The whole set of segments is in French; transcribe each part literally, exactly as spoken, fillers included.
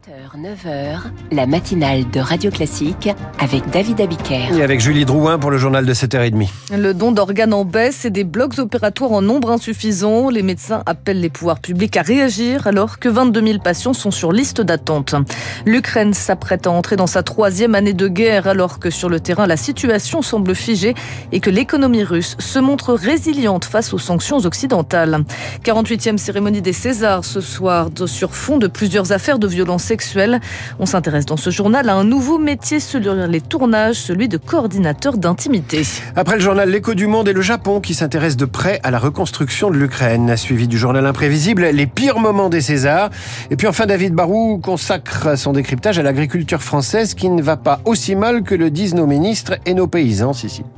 sept heures neuf heures, la matinale de Radio Classique avec David Abiker. Et avec Julie Drouin pour le journal de sept heures trente. Le don d'organes en baisse et des blocs opératoires en nombre insuffisant. Les médecins appellent les pouvoirs publics à réagir alors que vingt-deux mille patients sont sur liste d'attente. L'Ukraine s'apprête à entrer dans sa troisième année de guerre alors que sur le terrain la situation semble figée et que l'économie russe se montre résiliente face aux sanctions occidentales. quarante-huitième cérémonie des Césars ce soir sur fond de plusieurs affaires de violence sexuelle. On s'intéresse dans ce journal à un nouveau métier sur les tournages, celui de coordinateur d'intimité. Après le journal L'Écho du Monde et le Japon qui s'intéresse de près à la reconstruction de l'Ukraine. Suivi du journal imprévisible, les pires moments des Césars. Et puis enfin, David Barou consacre son décryptage à l'agriculture française qui ne va pas aussi mal que le disent nos ministres et nos paysans. Si, si.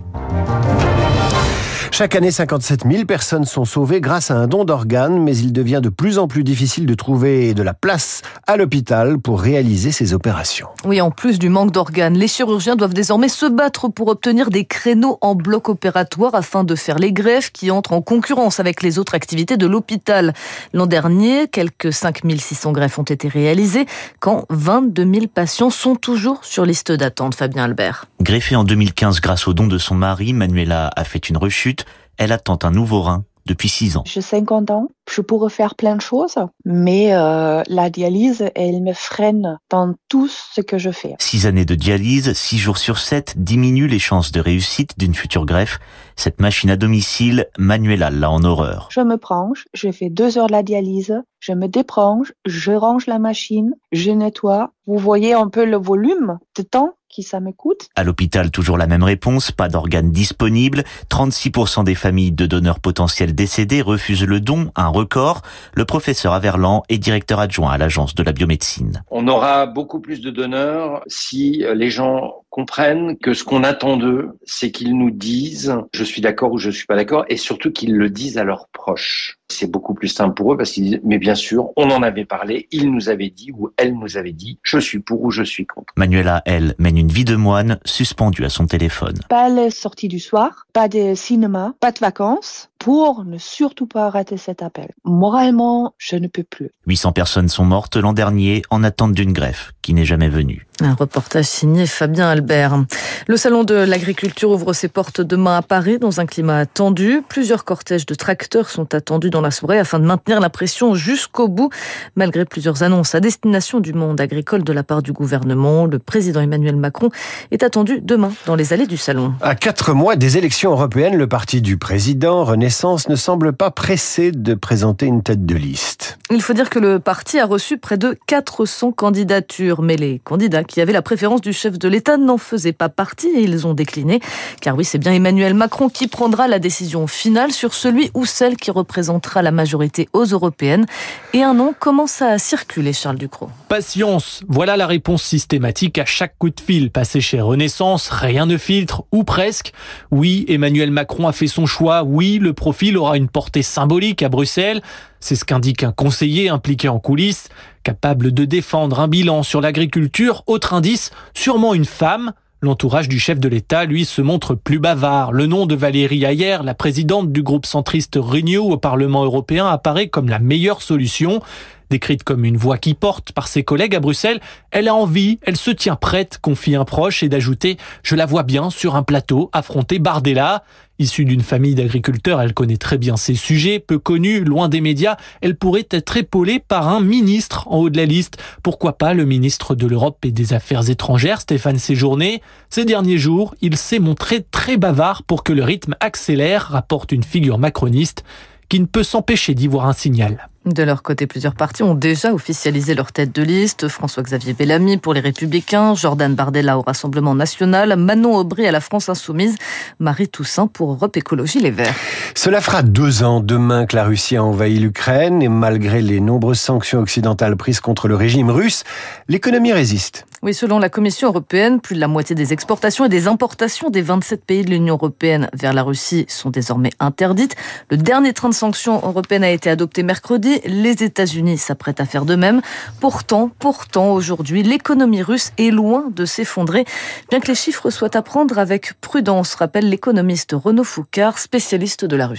Chaque année, cinquante-sept mille personnes sont sauvées grâce à un don d'organes, mais il devient de plus en plus difficile de trouver de la place à l'hôpital pour réaliser ces opérations. Oui, en plus du manque d'organes, les chirurgiens doivent désormais se battre pour obtenir des créneaux en bloc opératoire afin de faire les greffes qui entrent en concurrence avec les autres activités de l'hôpital. L'an dernier, quelques cinq mille six cents greffes ont été réalisées, quand vingt-deux mille patients sont toujours sur liste d'attente. Fabien Albert. Greffée en deux mille quinze grâce au don de son mari, Manuela a fait une rechute. Elle attend un nouveau rein depuis six ans. J'ai cinquante ans, je pourrais faire plein de choses, mais euh, la dialyse, elle me freine dans tout ce que je fais. Six années de dialyse, six jours sur sept, diminuent les chances de réussite d'une future greffe. Cette machine à domicile, Manuela l'a en horreur. Je me branche, je fais deux heures de la dialyse, je me débranche, je range la machine, je nettoie. Vous voyez un peu le volume de temps qui ça me coûte. À l'hôpital, toujours la même réponse, pas d'organes disponibles. trente-six pour cent des familles de donneurs potentiels décédés refusent le don, un record. Le professeur Averland est directeur adjoint à l'agence de la biomédecine. On aura beaucoup plus de donneurs si les gens comprennent que ce qu'on attend d'eux, c'est qu'ils nous disent « je suis d'accord » ou « je suis pas d'accord » et surtout qu'ils le disent à leurs proches. C'est beaucoup plus simple pour eux parce qu'ils disent « mais bien sûr, on en avait parlé, il nous avait dit ou elle nous avait dit, je suis pour ou je suis contre ». Manuela, elle, mène une vie de moine suspendue à son téléphone. Pas les sorties du soir, pas de cinéma, pas de vacances, pour ne surtout pas rater cet appel. Moralement, je ne peux plus. huit cents personnes sont mortes l'an dernier en attente d'une greffe qui n'est jamais venue. Un reportage signé Fabien Albert. Le salon de l'agriculture ouvre ses portes demain à Paris dans un climat tendu. Plusieurs cortèges de tracteurs sont attendus dans la soirée afin de maintenir la pression jusqu'au bout. Malgré plusieurs annonces à destination du monde agricole de la part du gouvernement, le président Emmanuel Macron est attendu demain dans les allées du salon. À quatre mois des élections européennes, le parti du président, Renaissance, ne semble pas pressé de présenter une tête de liste. Il faut dire que le parti a reçu près de quatre cents candidatures, mais les candidats qui avaient la préférence du chef de l'État n'en faisaient pas partie et ils ont décliné. Car oui, c'est bien Emmanuel Macron qui prendra la décision finale sur celui ou celle qui représentera la majorité aux européennes. Et un nom commence à circuler, Charles Ducrot. Patience, voilà la réponse systématique à chaque coup de fil passé chez Renaissance. Rien ne filtre, ou presque. Oui, Emmanuel Macron a fait son choix. Oui, le profil aura une portée symbolique à Bruxelles. C'est ce qu'indique un conseiller impliqué en coulisses, capable de défendre un bilan sur l'agriculture. Autre indice, sûrement une femme. L'entourage du chef de l'État, lui, se montre plus bavard. Le nom de Valérie Hayer, la présidente du groupe centriste Renew au Parlement européen, apparaît comme la meilleure solution. Décrite comme une voix qui porte par ses collègues à Bruxelles, elle a envie, elle se tient prête, confie un proche, et d'ajouter « Je la vois bien sur un plateau affronter Bardella ». Issue d'une famille d'agriculteurs, elle connaît très bien ces sujets. Peu connue, loin des médias, elle pourrait être épaulée par un ministre en haut de la liste. Pourquoi pas le ministre de l'Europe et des Affaires étrangères, Stéphane Séjourné. Ces derniers jours, il s'est montré très bavard pour que le rythme accélère, rapporte une figure macroniste qui ne peut s'empêcher d'y voir un signal. De leur côté, plusieurs partis ont déjà officialisé leur tête de liste. François-Xavier Bellamy pour les Républicains, Jordan Bardella au Rassemblement National, Manon Aubry à la France Insoumise, Marie Toussaint pour Europe Écologie Les Verts. Cela fera deux ans demain que la Russie a envahi l'Ukraine et malgré les nombreuses sanctions occidentales prises contre le régime russe, l'économie résiste. Oui, selon la Commission européenne, plus de la moitié des exportations et des importations des vingt-sept pays de l'Union européenne vers la Russie sont désormais interdites. Le dernier train de sanctions européennes a été adopté mercredi. Les États-Unis s'apprêtent à faire de même. Pourtant, pourtant, aujourd'hui, l'économie russe est loin de s'effondrer, bien que les chiffres soient à prendre avec prudence, rappelle l'économiste Renaud Foucard, spécialiste de la Russie.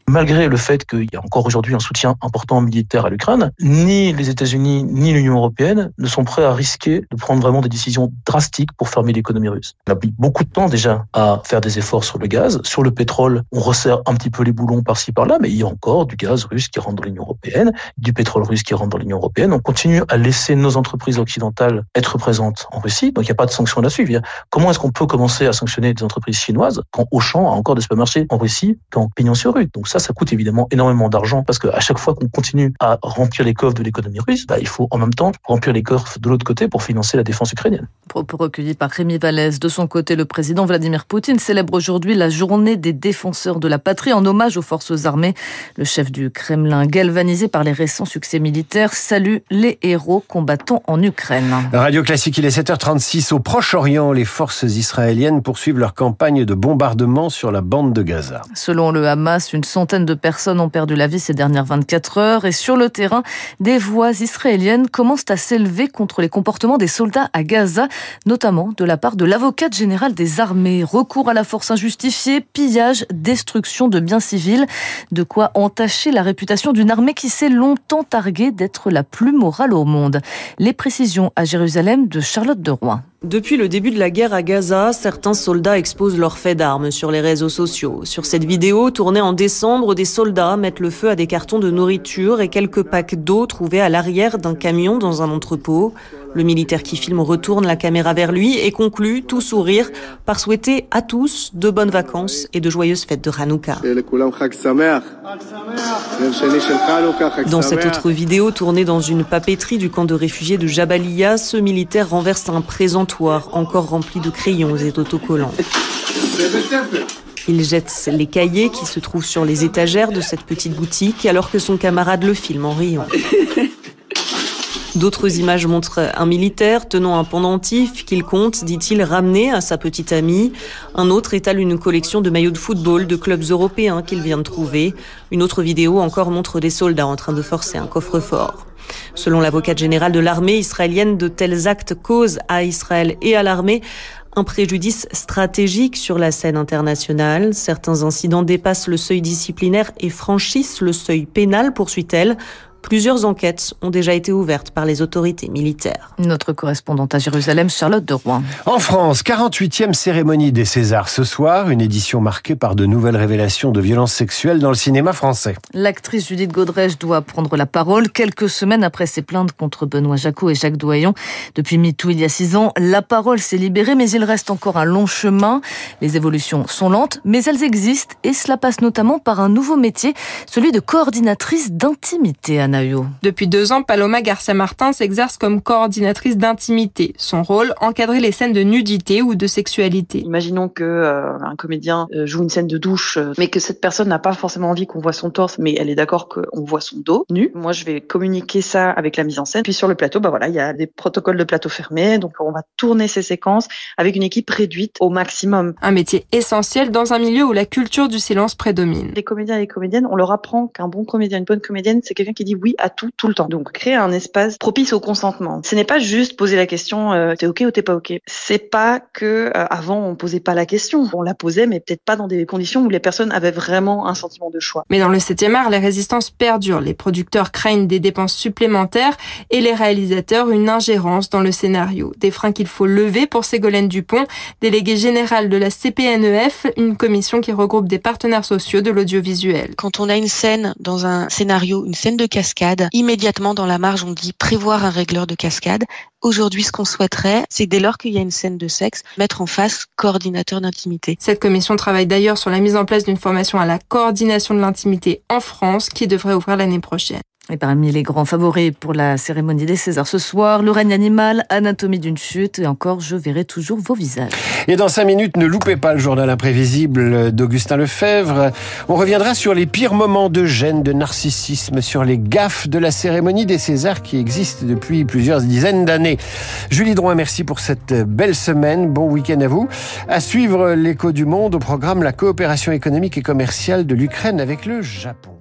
Malgré le fait qu'il y a encore aujourd'hui un soutien important militaire à l'Ukraine, ni les États-Unis ni l'Union européenne ne sont prêts à risquer de prendre vraiment des décisions drastiques pour fermer l'économie russe. On a mis beaucoup de temps déjà à faire des efforts sur le gaz. Sur le pétrole, on resserre un petit peu les boulons par-ci par-là, mais il y a encore du gaz russe qui rentre dans l'Union européenne, du pétrole russe qui rentre dans l'Union européenne. On continue à laisser nos entreprises occidentales être présentes en Russie, donc il n'y a pas de sanctions à suivre. Comment est-ce qu'on peut commencer à sanctionner des entreprises chinoises quand Auchan a encore des supermarchés en Russie qu'en pignon sur rue? Donc ça, ça coûte évidemment énormément d'argent parce qu'à chaque fois qu'on continue à remplir les coffres de l'économie russe, bah, il faut en même temps remplir les coffres de l'autre côté pour financer la défense ukrainienne. Propos recueillis par Rémi Vallès. De son côté, le président Vladimir Poutine célèbre aujourd'hui la journée des défenseurs de la patrie en hommage aux forces armées. Le chef du Kremlin, galvanisé par les récents succès militaires, salue les héros combattant en Ukraine. Radio Classique, il est sept heures trente-six. Au Proche-Orient, les forces israéliennes poursuivent leur campagne de bombardement sur la bande de Gaza. Selon le Hamas, une centaine de personnes ont perdu la vie ces dernières vingt-quatre heures et sur le terrain, des voix israéliennes commencent à s'élever contre les comportements des soldats à Gaza, notamment de la part de l'avocate générale des armées. Recours à la force injustifiée, pillage, destruction de biens civils. De quoi entacher la réputation d'une armée qui s'est longtemps targuée d'être la plus morale au monde. Les précisions à Jérusalem de Charlotte de Rouen. Depuis le début de la guerre à Gaza, certains soldats exposent leurs faits d'armes sur les réseaux sociaux. Sur cette vidéo, tournée en décembre, des soldats mettent le feu à des cartons de nourriture et quelques packs d'eau trouvés à l'arrière d'un camion dans un entrepôt. Le militaire qui filme retourne la caméra vers lui et conclut, tout sourire, par souhaiter à tous de bonnes vacances et de joyeuses fêtes de Hanouka. Dans cette autre vidéo, tournée dans une papeterie du camp de réfugiés de Jabalia, ce militaire renverse un présentoir encore rempli de crayons et d'autocollants. Il jette les cahiers qui se trouvent sur les étagères de cette petite boutique alors que son camarade le filme en riant. D'autres images montrent un militaire tenant un pendentif qu'il compte, dit-il, ramener à sa petite amie. Un autre étale une collection de maillots de football de clubs européens qu'il vient de trouver. Une autre vidéo encore montre des soldats en train de forcer un coffre-fort. Selon l'avocate générale de l'armée israélienne, de tels actes causent à Israël et à l'armée un préjudice stratégique sur la scène internationale. Certains incidents dépassent le seuil disciplinaire et franchissent le seuil pénal, poursuit-elle. Plusieurs enquêtes ont déjà été ouvertes par les autorités militaires. Notre correspondante à Jérusalem, Charlotte de Rouen. En France, quarante-huitième cérémonie des Césars ce soir, une édition marquée par de nouvelles révélations de violences sexuelles dans le cinéma français. L'actrice Judith Godrèche doit prendre la parole quelques semaines après ses plaintes contre Benoît Jacquot et Jacques Doyon. Depuis MeToo il y a six ans, la parole s'est libérée, mais il reste encore un long chemin. Les évolutions sont lentes, mais elles existent et cela passe notamment par un nouveau métier, celui de coordinatrice d'intimité, Anna. Depuis deux ans, Paloma Garcia-Martin s'exerce comme coordinatrice d'intimité. Son rôle, encadrer les scènes de nudité ou de sexualité. Imaginons que euh, un comédien euh, joue une scène de douche, euh, mais que cette personne n'a pas forcément envie qu'on voit son torse, mais elle est d'accord qu'on voit son dos nu. Moi, je vais communiquer ça avec la mise en scène. Puis sur le plateau, bah voilà, il y a des protocoles de plateau fermés, donc on va tourner ces séquences avec une équipe réduite au maximum. Un métier essentiel dans un milieu où la culture du silence prédomine. Les comédiens et les comédiennes, on leur apprend qu'un bon comédien, une bonne comédienne, c'est quelqu'un qui dit oui à tout, tout le temps. Donc, créer un espace propice au consentement. Ce n'est pas juste poser la question, euh, t'es ok ou t'es pas ok. C'est pas que, euh, avant, on posait pas la question. On la posait, mais peut-être pas dans des conditions où les personnes avaient vraiment un sentiment de choix. Mais dans le septième art, les résistances perdurent. Les producteurs craignent des dépenses supplémentaires et les réalisateurs une ingérence dans le scénario. Des freins qu'il faut lever pour Ségolène Dupont, déléguée générale de la C P N E F, une commission qui regroupe des partenaires sociaux de l'audiovisuel. Quand on a une scène dans un scénario, une scène de cascade, immédiatement dans la marge, on dit prévoir un régleur de cascade. Aujourd'hui, ce qu'on souhaiterait, c'est dès lors qu'il y a une scène de sexe, mettre en face coordinateur d'intimité. Cette commission travaille d'ailleurs sur la mise en place d'une formation à la coordination de l'intimité en France qui devrait ouvrir l'année prochaine. Et parmi les grands favoris pour la cérémonie des Césars ce soir, Le règne animal, Anatomie d'une chute et encore Je verrai toujours vos visages. Et dans cinq minutes, ne loupez pas le journal imprévisible d'Augustin Lefebvre. On reviendra sur les pires moments de gêne, de narcissisme, sur les gaffes de la cérémonie des Césars qui existent depuis plusieurs dizaines d'années. Julie Drouin, merci pour cette belle semaine. Bon week-end à vous. À suivre l'écho du monde, au programme la coopération économique et commerciale de l'Ukraine avec le Japon.